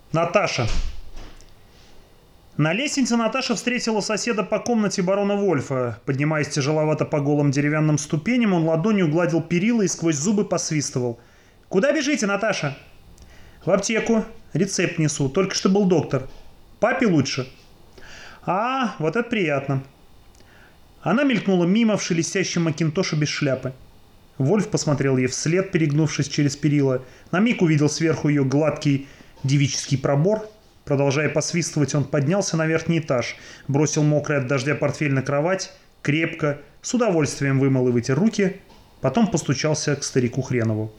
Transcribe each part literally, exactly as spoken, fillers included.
Наташа. На лестнице Наташа встретила соседа по комнате барона Вольфа. Поднимаясь тяжеловато по голым деревянным ступеням, он ладонью гладил перила и сквозь зубы посвистывал. «Куда бежите, Наташа?» «В аптеку. Рецепт несу. Только что был доктор. Папе лучше». «А, вот это приятно». Она мелькнула мимо в шелестящем макинтоше без шляпы. Вольф посмотрел ей вслед, перегнувшись через перила. На миг увидел сверху ее гладкий девический пробор. Продолжая посвистывать, он поднялся на верхний этаж, бросил мокрый от дождя портфель на кровать, крепко, с удовольствием вымыл и вытер руки, потом постучался к старику Хренову.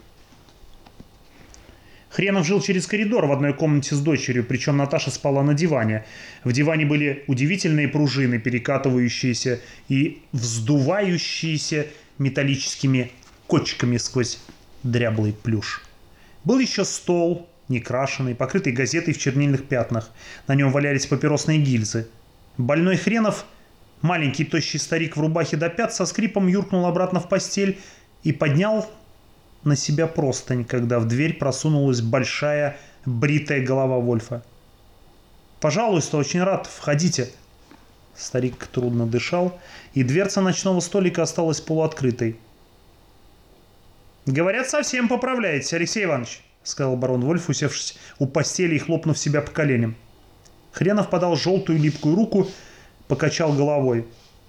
Хренов жил через коридор в одной комнате с дочерью, причем Наташа спала на диване. В диване были удивительные пружины, перекатывающиеся и вздувающиеся металлическими кочками сквозь дряблый плюш. Был еще стол, некрашенный, покрытый газетой в чернильных пятнах. На нем валялись папиросные гильзы. Больной Хренов, маленький тощий старик в рубахе до пят, со скрипом юркнул обратно в постель и поднял на себя простынь, когда в дверь просунулась большая бритая голова Вольфа. «Пожалуйста, очень рад. Входите». Старик трудно дышал, и дверца ночного столика осталась полуоткрытой. «Говорят, совсем поправляетесь, Алексей Иванович», — сказал барон Вольф, усевшись у постели и хлопнув себя по коленям. Хренов подал желтую липкую руку, покачал головой.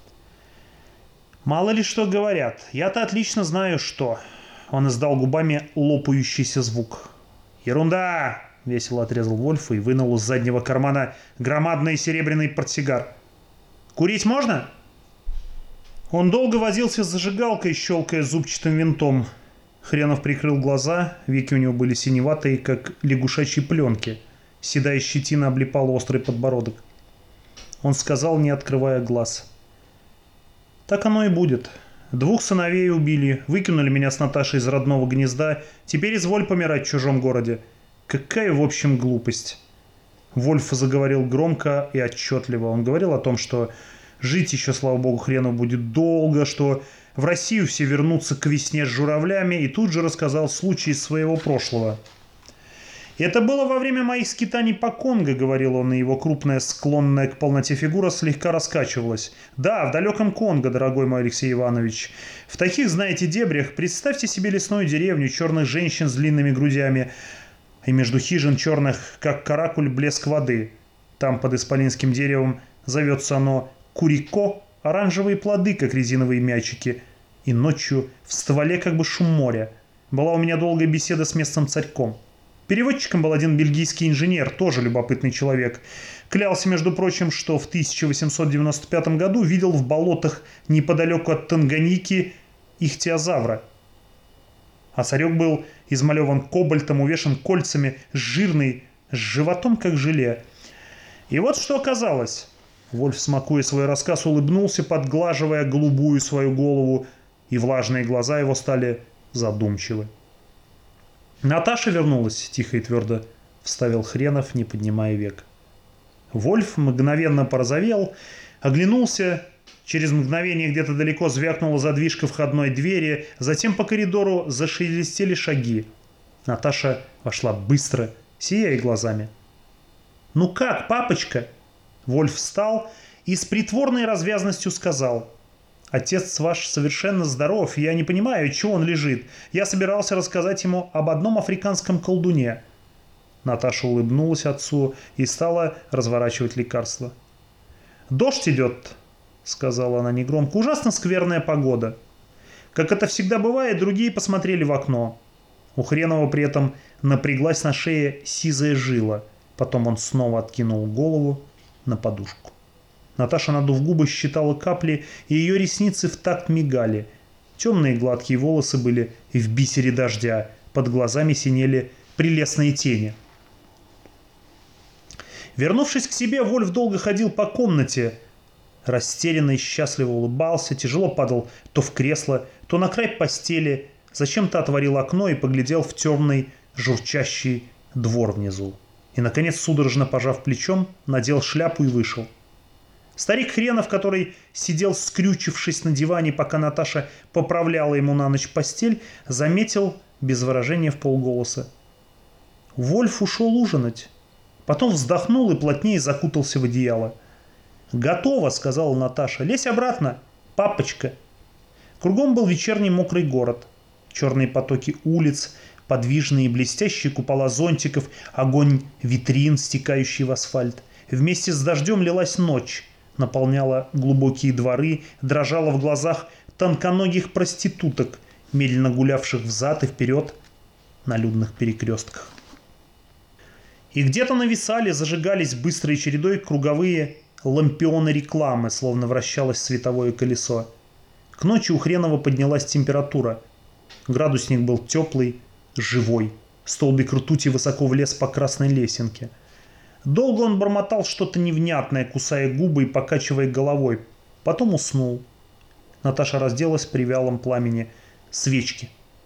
«Мало ли что говорят. Я-то отлично знаю, что...» Он издал губами лопающийся звук. «Ерунда!» — весело отрезал Вольф и вынул из заднего кармана громадный серебряный портсигар. «Курить можно?» Он долго возился с зажигалкой, щелкая зубчатым винтом. Хренов прикрыл глаза, веки у него были синеватые, как лягушачьи пленки. Седая щетина облипала острый подбородок. Он сказал, не открывая глаз. «Так оно и будет. Двух сыновей убили, выкинули меня с Наташей из родного гнезда, теперь изволь помирать в чужом городе. Какая, в общем, глупость». Вольф заговорил громко и отчетливо. Он говорил о том, что жить еще, слава богу, Хренову будет долго, что в Россию все вернутся к весне с журавлями, и тут же рассказал случай из своего прошлого. «Это было во время моих скитаний по Конго», — говорил он, и его крупная, склонная к полноте фигура слегка раскачивалась. «Да, в далеком Конго, дорогой мой Алексей Иванович. В таких, знаете, дебрях представьте себе лесную деревню, черных женщин с длинными грудями, и между хижин черных, как каракуль, блеск воды. Там, под исполинским деревом, зовется оно Курико, оранжевые плоды, как резиновые мячики, и ночью в стволе как бы шум моря. Была у меня долгая беседа с местным царьком. Переводчиком был один бельгийский инженер, тоже любопытный человек. Клялся, между прочим, что в тысяча восемьсот девяносто пятом году видел в болотах неподалеку от Танганьики ихтиозавра. А царек был измалеван кобальтом, увешан кольцами, жирный, с животом как желе. И вот что оказалось. Вольф, смакуя свой рассказ, улыбнулся, подглаживая голубую свою голову, и влажные глаза его стали задумчивы. «Наташа вернулась», — тихо и твердо вставил Хренов, не поднимая век. Вольф мгновенно порозовел, оглянулся. Через мгновение где-то далеко звякнула задвижка входной двери, затем по коридору зашелестели шаги. Наташа вошла быстро, сияя глазами. «Ну как, папочка?» Вольф встал и с притворной развязностью сказал: «Отец ваш совершенно здоров, и я не понимаю, чего он лежит. Я собирался рассказать ему об одном африканском колдуне». Наташа улыбнулась отцу и стала разворачивать лекарство. «Дождь идет», — сказала она негромко, — «ужасно скверная погода». Как это всегда бывает, другие посмотрели в окно. У Хренова при этом напряглась на шее сизая жила. Потом он снова откинул голову на подушку. Наташа, надув губы, считала капли, и ее ресницы в такт мигали. Темные гладкие волосы были в бисере дождя, под глазами синели прелестные тени. Вернувшись к себе, Вольф долго ходил по комнате, растерянно и счастливо улыбался, тяжело падал то в кресло, то на край постели, зачем-то отворил окно и поглядел в темный журчащий двор внизу. И, наконец, судорожно пожав плечом, надел шляпу и вышел. Старик Хренов, который сидел скрючившись на диване, пока Наташа поправляла ему на ночь постель, заметил без выражения вполголоса: «Вольф ушел ужинать. Потом вздохнул и плотнее закутался в одеяло. «Готово», — сказала Наташа. «Лезь обратно, папочка». Кругом был вечерний мокрый город. Черные потоки улиц, подвижные блестящие купола зонтиков, огонь витрин, стекающий в асфальт. Вместе с дождем лилась ночь, наполняла глубокие дворы, дрожала в глазах тонконогих проституток, медленно гулявших взад и вперед на людных перекрестках. И где-то нависали, зажигались быстрой чередой круговые лампионы рекламы, словно вращалось световое колесо. К ночи у Хренова поднялась температура. Градусник был теплый, живой. Столбик ртути высоко влез по красной лесенке. Долго он бормотал что-то невнятное, кусая губы и покачивая головой. Потом уснул. Наташа разделась при вялом пламени свечки.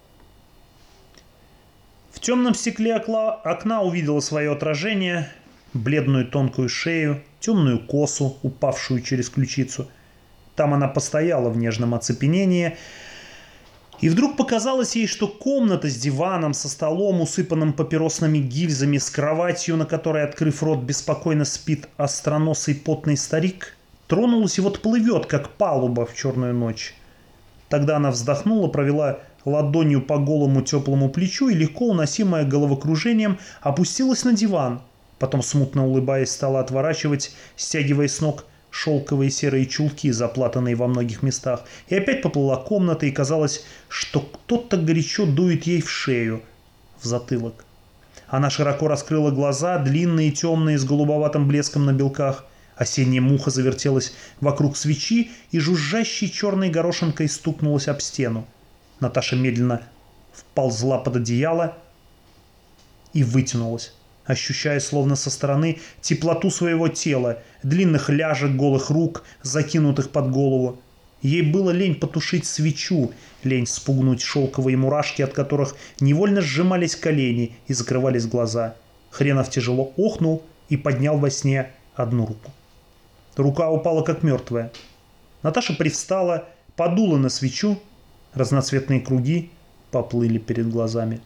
В темном стекле окна увидела свое отражение, бледную тонкую шею, темную косу, упавшую через ключицу. Там она постояла в нежном оцепенении, и вдруг показалось ей, что комната с диваном, со столом, усыпанным папиросными гильзами, с кроватью, на которой, открыв рот, беспокойно спит остроносый потный старик, тронулась и вот плывет, как палуба в черную ночь. Тогда она вздохнула, провела ладонью по голому теплому плечу и, легко уносимая головокружением, опустилась на диван. Потом, смутно улыбаясь, стала отворачивать, стягивая с ног шелковые серые чулки, заплатанные во многих местах. И опять поплыла комната, и казалось, что кто-то горячо дует ей в шею, в затылок. Она широко раскрыла глаза, длинные, темные, с голубоватым блеском на белках. Осенняя муха завертелась вокруг свечи и жужжащей черной горошинкой стукнулась об стену. Наташа медленно вползла под одеяло и вытянулась, ощущая словно со стороны теплоту своего тела, длинных ляжек, голых рук, закинутых под голову. Ей было лень потушить свечу, лень спугнуть шелковые мурашки, от которых невольно сжимались колени и закрывались глаза. Хренов тяжело охнул и поднял во сне одну руку. Рука упала как мертвая. Наташа привстала, подула на свечу, разноцветные круги поплыли перед глазами.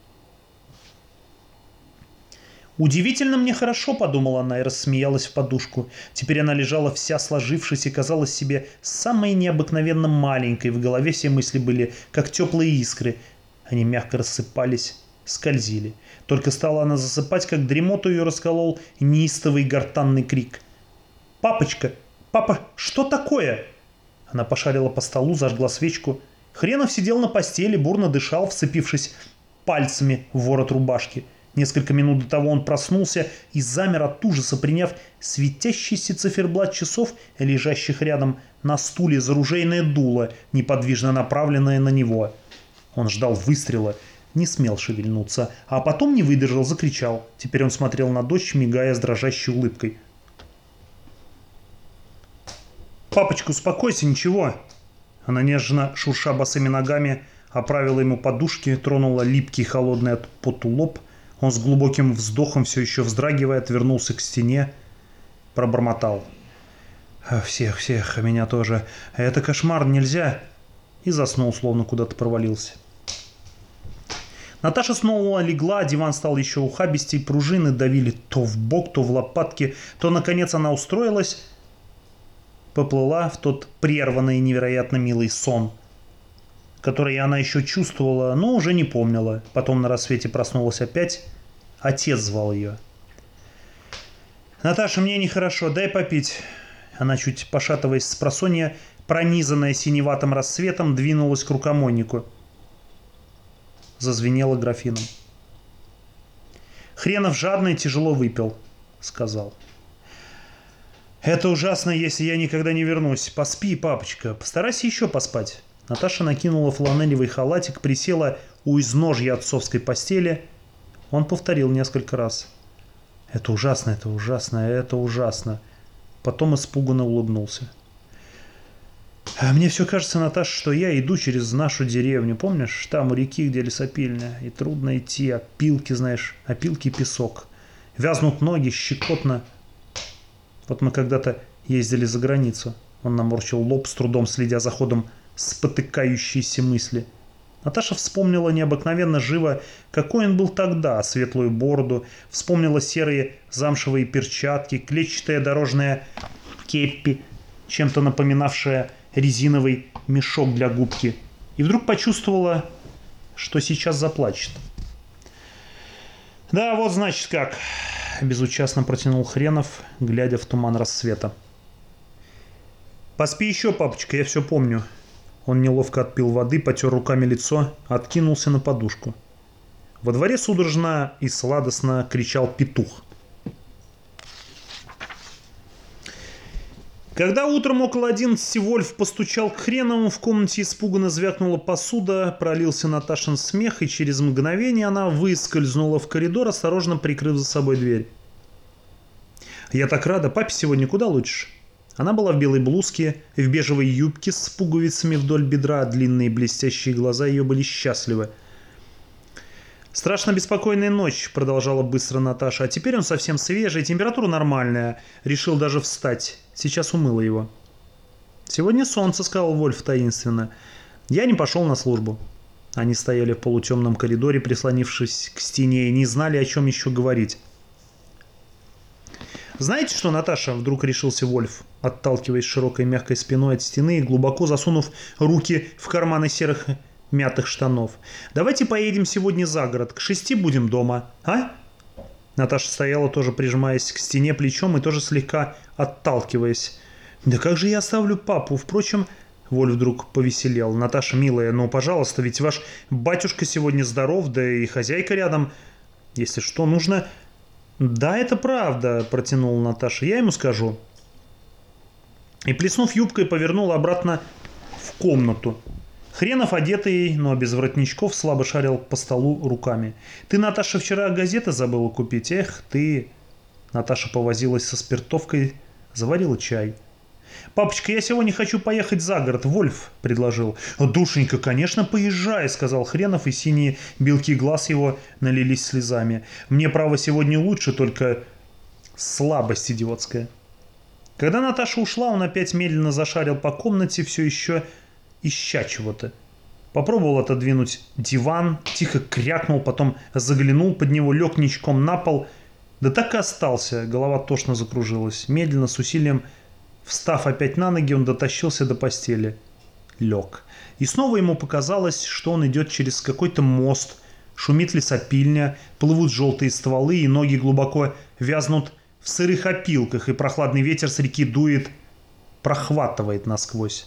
«Удивительно мне хорошо», — подумала она и рассмеялась в подушку. Теперь она лежала вся сложившись и казалась себе самой необыкновенно маленькой. В голове все мысли были, как теплые искры. Они мягко рассыпались, скользили. Только стала она засыпать, как дремоту ее расколол неистовый гортанный крик. «Папочка! Папа, что такое?» Она пошарила по столу, зажгла свечку. Хренов сидел на постели, бурно дышал, вцепившись пальцами в ворот рубашки. Несколько минут до того он проснулся и замер от ужаса, приняв светящийся циферблат часов, лежащих рядом на стуле, за ружейное дуло, неподвижно направленное на него. Он ждал выстрела, не смел шевельнуться, а потом не выдержал, закричал. Теперь он смотрел на дочь, мигая с дрожащей улыбкой. «Папочка, успокойся, ничего». Она нежно, шурша босыми ногами, оправила ему подушки, тронула липкий холодный от поту лоб. Он с глубоким вздохом, все еще вздрагивая, отвернулся к стене, пробормотал. «Всех, всех, меня тоже. Это кошмар, нельзя!» И заснул, словно куда-то провалился. Наташа снова легла, диван стал еще ухабистей, пружины давили то в бок, то в лопатки, то, наконец, она устроилась, поплыла в тот прерванный невероятно милый сон, который она еще чувствовала, но уже не помнила. Потом на рассвете проснулась опять. Отец звал ее. «Наташа, мне нехорошо, дай попить». Она, чуть пошатываясь с просонья, пронизанная синеватым рассветом, двинулась к рукомойнику. Зазвенела графином. «Хренов жадный тяжело выпил», — сказал. «Это ужасно, если я никогда не вернусь. Поспи, папочка, постарайся еще поспать». Наташа накинула фланелевый халатик, присела у изножья отцовской постели. Он повторил несколько раз. «Это ужасно, это ужасно, это ужасно». Потом испуганно улыбнулся. «А мне все кажется, Наташа, что я иду через нашу деревню. Помнишь, там у реки, где лесопильня, и трудно идти, опилки, знаешь, опилки и песок. Вязнут ноги, щекотно. Вот мы когда-то ездили за границу». Он наморщил лоб, с трудом следя за ходом спотыкающиеся мысли. Наташа вспомнила необыкновенно живо, какой он был тогда, светлую бороду, вспомнила серые замшевые перчатки, клетчатая дорожная кеппи, чем-то напоминавшая резиновый мешок для губки, и вдруг почувствовала, что сейчас заплачет. «Да, вот значит как», – безучастно протянул Хренов, глядя в туман рассвета. «Поспи еще, папочка, я все помню». Он неловко отпил воды, потер руками лицо, откинулся на подушку. Во дворе судорожно и сладостно кричал петух. Когда утром около одиннадцати Вольф постучал к Хренову, в комнате испуганно звякнула посуда, пролился Наташин смех, и через мгновение она выскользнула в коридор, осторожно прикрыв за собой дверь. «Я так рада, папе сегодня куда лучше». Она была в белой блузке, в бежевой юбке с пуговицами вдоль бедра, а длинные блестящие глаза ее были счастливы. «Страшно беспокойная ночь», — продолжала быстро Наташа. «А теперь он совсем свежий, температура нормальная. Решил даже встать. Сейчас умыла его». «Сегодня солнце», — сказал Вольф таинственно. «Я не пошел на службу». Они стояли в полутемном коридоре, прислонившись к стене, и не знали, о чем еще говорить. «Знаете что, Наташа?» – вдруг решился Вольф, отталкиваясь широкой мягкой спиной от стены и глубоко засунув руки в карманы серых мятых штанов. «Давайте поедем сегодня за город. К шести будем дома, а?» Наташа стояла, тоже прижимаясь к стене плечом и тоже слегка отталкиваясь. «Да как же я оставлю папу? Впрочем...» Вольф вдруг повеселел. «Наташа, милая, ну, пожалуйста, ведь ваш батюшка сегодня здоров, да и хозяйка рядом. Если что, нужно...» «Да, это правда», – протянула Наташа. «Я ему скажу». И, плеснув юбкой, повернула обратно в комнату. Хренов, одетый, но без воротничков, слабо шарил по столу руками. «Ты, Наташа, вчера газеты забыла купить? Эх, ты...» Наташа повозилась со спиртовкой, заварила чай. «Папочка, я сегодня хочу поехать за город, Вольф», — предложил. «Душенька, конечно, поезжай», — сказал Хренов, и синие белки глаз его налились слезами. «Мне, право, сегодня лучше, только слабость идиотская». Когда Наташа ушла, он опять медленно зашарил по комнате, все еще ища чего-то. Попробовал отодвинуть диван, тихо крякнул, потом заглянул под него, лег ничком на пол. Да так и остался, голова тошно закружилась. Медленно, с усилием встав опять на ноги, он дотащился до постели. Лег. И снова ему показалось, что он идет через какой-то мост. Шумит лесопильня, плывут желтые стволы, и ноги глубоко вязнут в сырых опилках, и прохладный ветер с реки дует, прохватывает насквозь.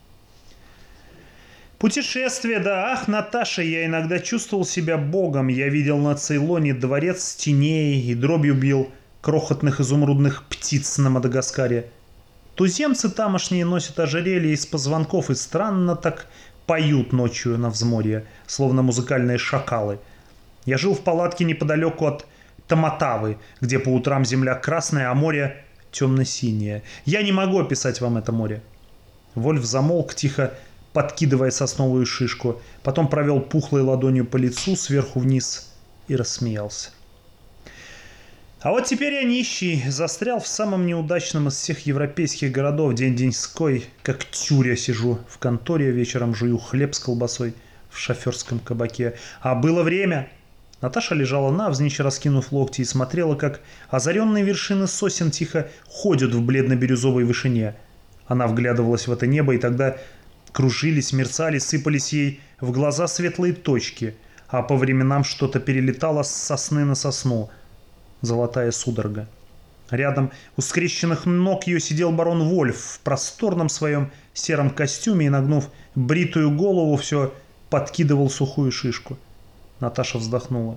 Путешествие, да, ах, Наташа, я иногда чувствовал себя богом. Я видел на Цейлоне дворец теней и дробью бил крохотных изумрудных птиц на Мадагаскаре. Туземцы тамошние носят ожерелья из позвонков и странно так поют ночью на взморье, словно музыкальные шакалы. Я жил в палатке неподалеку от Таматавы, где по утрам земля красная, а море темно-синее. Я не могу описать вам это море. Вольф замолк, тихо подкидывая сосновую шишку, потом провел пухлой ладонью по лицу сверху вниз и рассмеялся. А вот теперь я нищий, застрял в самом неудачном из всех европейских городов, день-деньской, как тюря сижу в конторе, вечером жую хлеб с колбасой в шоферском кабаке. А было время. Наташа лежала навзничь, раскинув локти, и смотрела, как озаренные вершины сосен тихо ходят в бледно-бирюзовой вышине. Она вглядывалась в это небо, и тогда кружились, мерцали, сыпались ей в глаза светлые точки, а по временам что-то перелетало с сосны на сосну. Золотая судорога. Рядом у скрещенных ног ее сидел барон Вольф в просторном своем сером костюме и, нагнув бритую голову, все подкидывал сухую шишку. Наташа вздохнула.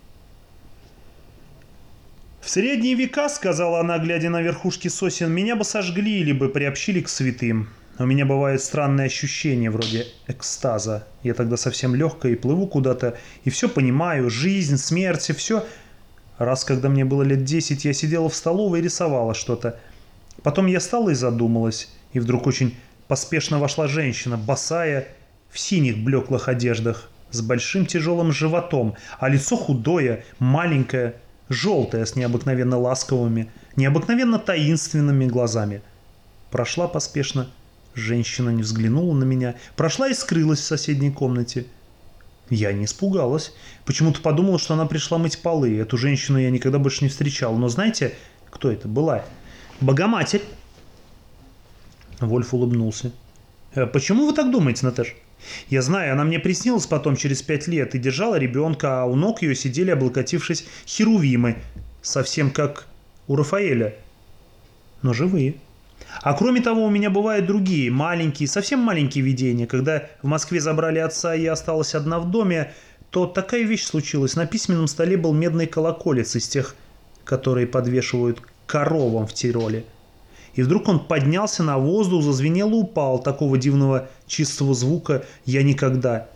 «В средние века, — сказала она, глядя на верхушки сосен, — меня бы сожгли или бы приобщили к святым. У меня бывают странные ощущения, вроде экстаза. Я тогда совсем легкая и плыву куда-то, и все понимаю, жизнь, смерть, и все... Раз, когда мне было лет десять, я сидела в столовой и рисовала что-то. Потом я стала и задумалась, и вдруг очень поспешно вошла женщина, босая, в синих блеклых одеждах, с большим тяжелым животом, а лицо худое, маленькое, желтое, с необыкновенно ласковыми, необыкновенно таинственными глазами. Прошла поспешно, женщина не взглянула на меня, прошла и скрылась в соседней комнате. Я не испугалась. Почему-то подумала, что она пришла мыть полы. Эту женщину я никогда больше не встречал. Но знаете, кто это была? Богоматерь. Вольф улыбнулся. «Э, Почему вы так думаете, Наташа? Я знаю, она мне приснилась потом через пять лет и держала ребенка, а у ног ее сидели, облокотившись, херувимы. Совсем как у Рафаэля. Но живые. А кроме того, у меня бывают другие, маленькие, совсем маленькие видения. Когда в Москве забрали отца, и я осталась одна в доме, то такая вещь случилась. На письменном столе был медный колоколец из тех, которые подвешивают коровам в Тироле. И вдруг он поднялся на воздух, зазвенел и упал. Такого дивного чистого звука я никогда.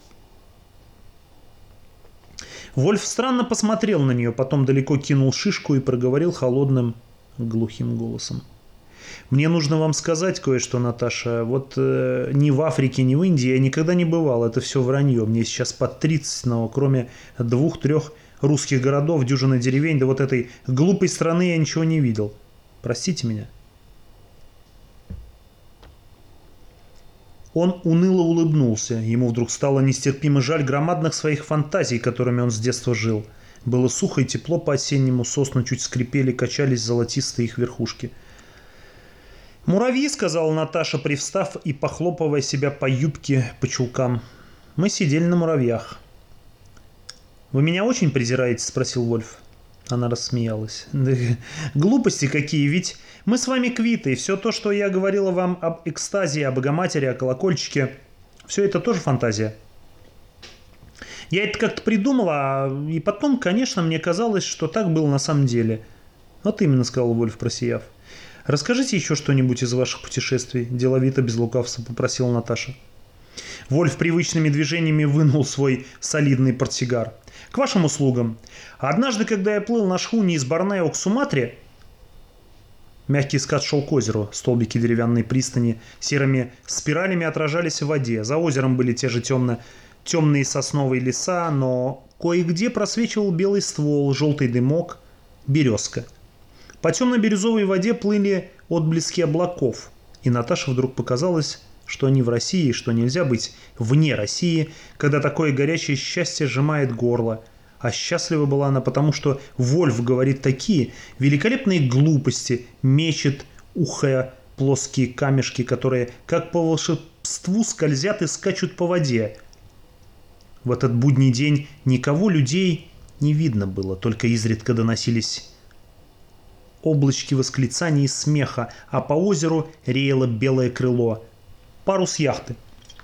Вольф странно посмотрел на нее, потом далеко кинул шишку и проговорил холодным, глухим голосом. «Мне нужно вам сказать кое-что, Наташа. Вот э, ни в Африке, ни в Индии я никогда не бывал. Это все вранье. Мне сейчас под тридцать, но кроме двух-трех русских городов, дюжины деревень, да вот этой глупой страны я ничего не видел. Простите меня». Он уныло улыбнулся. Ему вдруг стало нестерпимо жаль громадных своих фантазий, которыми он с детства жил. Было сухо и тепло по-осеннему, сосны чуть скрипели, качались золотистые их верхушки. «Муравьи», — сказала Наташа, привстав и похлопывая себя по юбке, по чулкам. «Мы сидели на муравьях». «Вы меня очень презираете?» — спросил Вольф. Она рассмеялась. «Да, глупости какие, ведь мы с вами квиты, и все то, что я говорила вам об экстазе, о Богоматери, о колокольчике, все это тоже фантазия. Я это как-то придумала, и потом, конечно, мне казалось, что так было на самом деле». «Вот именно», — сказал Вольф, просияв. «Расскажите еще что-нибудь из ваших путешествий», – деловито, без лукавства попросила Наташа. Вольф привычными движениями вынул свой солидный портсигар. «К вашим услугам. Однажды, когда я плыл на шхуне из Борнео к Суматре...» Мягкий скат шел к озеру, столбики деревянной пристани серыми спиралями отражались в воде. За озером были те же темно, темные сосновые леса, но кое-где просвечивал белый ствол, желтый дымок, березка. По темно-бирюзовой воде плыли отблески облаков, и Наташе вдруг показалось, что они в России, что нельзя быть вне России, когда такое горячее счастье сжимает горло. А счастлива была она потому, что Вольф говорит такие великолепные глупости, мечет, ухая плоские камешки, которые, как по волшебству, скользят и скачут по воде. В этот будний день никого, людей, не видно было, только изредка доносились облачки восклицаний и смеха, а по озеру реяло белое крыло. Парус яхты.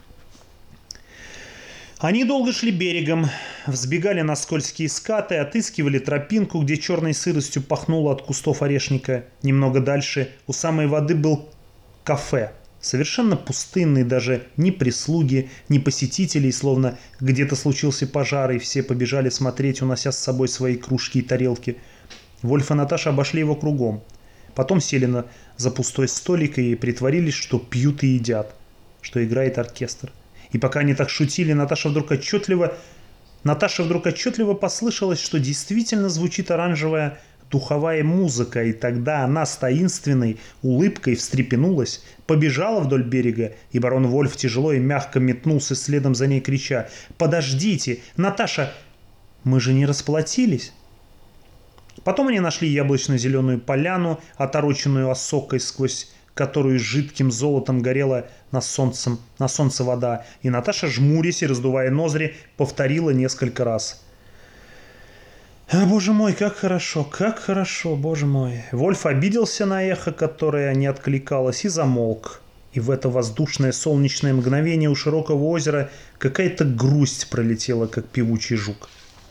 Они долго шли берегом, взбегали на скользкие скаты, отыскивали тропинку, где черной сыростью пахнуло от кустов орешника. Немного дальше у самой воды был кафе, совершенно пустынный, даже ни прислуги, ни посетителей, словно где-то случился пожар, и все побежали смотреть, унося с собой свои кружки и тарелки. Вольф и Наташа обошли его кругом. Потом сели на, за пустой столик и притворились, что пьют и едят, что играет оркестр. И пока они так шутили, Наташа вдруг отчетливо, Наташа вдруг отчетливо послышалось, что действительно звучит оранжевая духовая музыка, и тогда она с таинственной улыбкой встрепенулась, побежала вдоль берега, и барон Вольф тяжело и мягко метнулся следом за ней, крича: «Подождите, Наташа, мы же не расплатились!» Потом они нашли яблочно-зеленую поляну, отороченную осокой, сквозь которую жидким золотом горела на, солнцем, на солнце вода, и Наташа, жмурясь и раздувая ноздри, повторила несколько раз: «А, боже мой, как хорошо, как хорошо, боже мой!» Вольф обиделся на эхо, которое не откликалось, и замолк. И в это воздушное солнечное мгновение у широкого озера какая-то грусть пролетела, как певучий жук.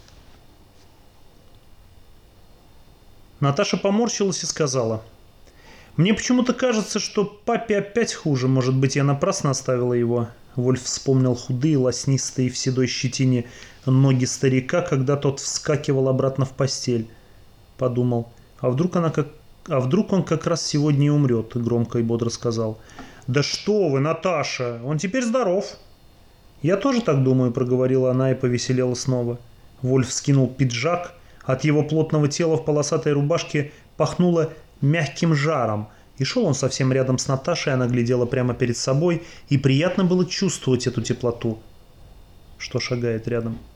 Наташа поморщилась и сказала: «Мне почему-то кажется, что папе опять хуже. Может быть, я напрасно оставила его». Вольф вспомнил худые, лоснистые в седой щетине ноги старика, когда тот вскакивал обратно в постель. Подумал: а вдруг, она как... а вдруг он как раз сегодня и умрет, громко и бодро сказал: «Да что вы, Наташа, он теперь здоров». «Я тоже так думаю», — проговорила она и повеселела снова. Вольф скинул пиджак. От его плотного тела в полосатой рубашке пахнуло мягким жаром, и шел он совсем рядом с Наташей, она глядела прямо перед собой, и приятно было чувствовать эту теплоту, что шагает рядом.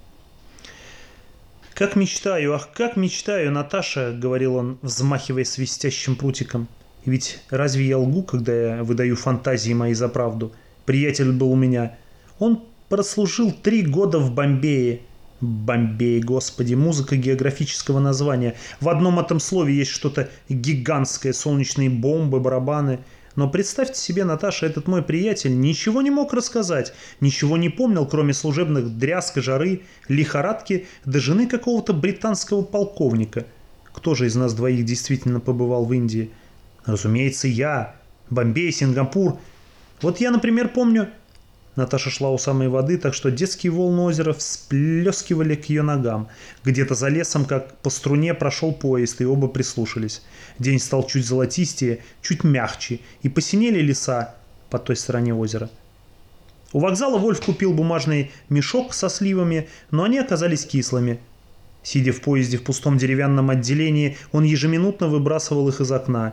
«Как мечтаю, ах, как мечтаю, Наташа!» — говорил он, взмахивая свистящим прутиком. «И ведь разве я лгу, когда я выдаю фантазии мои за правду? Приятель был у меня. Он прослужил три года в Бомбее». Бомбей, господи, музыка географического названия. В одном этом слове есть что-то гигантское, солнечные бомбы, барабаны. Но представьте себе, Наташа, этот мой приятель ничего не мог рассказать, ничего не помнил, кроме служебных дрязг и жары, лихорадки, до жены какого-то британского полковника. Кто же из нас двоих действительно побывал в Индии? Разумеется, я. Бомбей, Сингапур. Вот я, например, помню... Наташа шла у самой воды, так что детские волны озера всплескивали к ее ногам. Где-то за лесом, как по струне, прошел поезд, и оба прислушались. День стал чуть золотистее, чуть мягче, и посинели леса по той стороне озера. У вокзала Вольф купил бумажный мешок со сливами, но они оказались кислыми. Сидя в поезде в пустом деревянном отделении, он ежеминутно выбрасывал их из окна.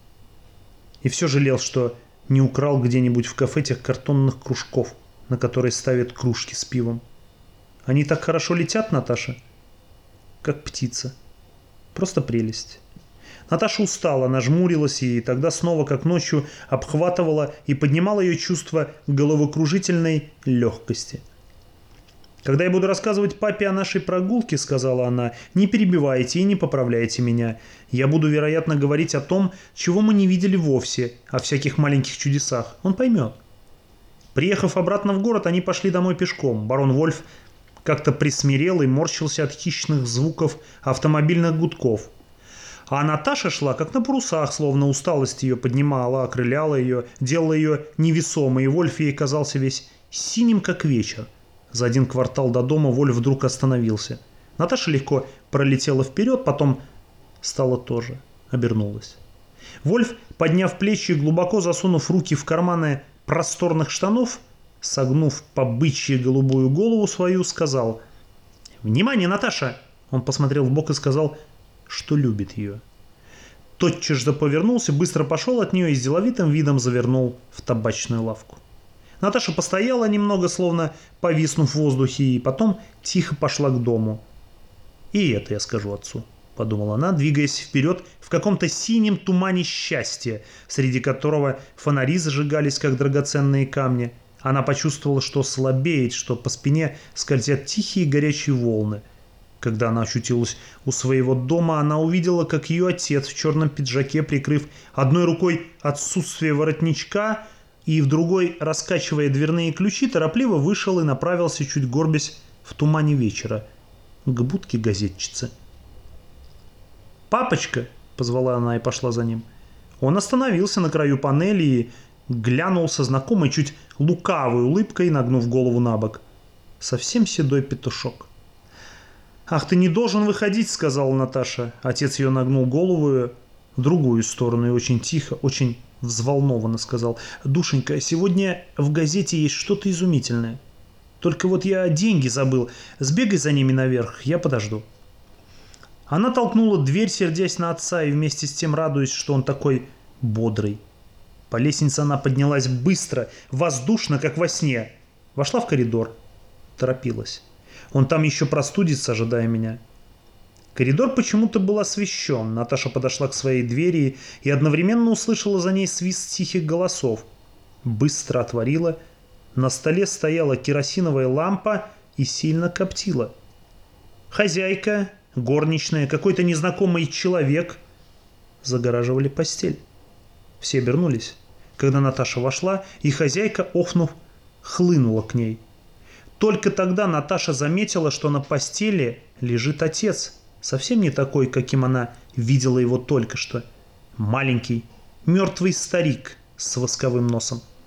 И все жалел, что... не украл где-нибудь в кафе тех картонных кружков, на которые ставят кружки с пивом. Они так хорошо летят, Наташа, как птица. Просто прелесть. Наташа устала, она жмурилась, и тогда снова, как ночью, обхватывала и поднимала ее чувство головокружительной легкости. «Когда я буду рассказывать папе о нашей прогулке, — сказала она, — не перебивайте и не поправляйте меня. Я буду, вероятно, говорить о том, чего мы не видели вовсе, о всяких маленьких чудесах. Он поймет». Приехав обратно в город, они пошли домой пешком. Барон Вольф как-то присмирел и морщился от хищных звуков автомобильных гудков. А Наташа шла как на парусах, словно усталость ее поднимала, окрыляла ее, делала ее невесомой, и Вольф ей казался весь синим, как вечер. За один квартал до дома Вольф вдруг остановился. Наташа легко пролетела вперед, потом стала тоже, обернулась. Вольф, подняв плечи и глубоко засунув руки в карманы просторных штанов, согнув по бычьи голубую голову свою, сказал: «Внимание, Наташа!» Он посмотрел вбок и сказал, что любит ее. Тотчас же повернулся, быстро пошел от нее и с деловитым видом завернул в табачную лавку. Наташа постояла немного, словно повиснув в воздухе, и потом тихо пошла к дому. «И это я скажу отцу», — подумала она, двигаясь вперед в каком-то синем тумане счастья, среди которого фонари зажигались, как драгоценные камни. Она почувствовала, что слабеет, что по спине скользят тихие горячие волны. Когда она очутилась у своего дома, она увидела, как ее отец в черном пиджаке, прикрыв одной рукой отсутствие воротничка, и в другой, раскачивая дверные ключи, торопливо вышел и направился, чуть горбясь, в тумане вечера, к будке газетчицы. «Папочка!» — позвала она и пошла за ним. Он остановился на краю панели и глянул со знакомой, чуть лукавой улыбкой, нагнув голову на бок. Совсем седой петушок. «Ах, ты не должен выходить!» — сказала Наташа. Отец ее нагнул голову в другую сторону и очень тихо, очень взволнованно сказал: «Душенька, сегодня в газете есть что-то изумительное. Только вот я деньги забыл. Сбегай за ними наверх, я подожду». Она толкнула дверь, сердясь на отца и вместе с тем радуясь, что он такой бодрый. По лестнице она поднялась быстро, воздушно, как во сне. Вошла в коридор. Торопилась. Он там еще простудится, ожидая меня. Коридор почему-то был освещен. Наташа подошла к своей двери и одновременно услышала за ней свист тихих голосов. Быстро отворила. На столе стояла керосиновая лампа и сильно коптила. Хозяйка, горничная, какой-то незнакомый человек загораживали постель. Все обернулись. Когда Наташа вошла, и хозяйка, охнув, хлынула к ней. Только тогда Наташа заметила, что на постели лежит отец. Совсем не такой, каким она видела его только что. Маленький, мертвый старик с восковым носом.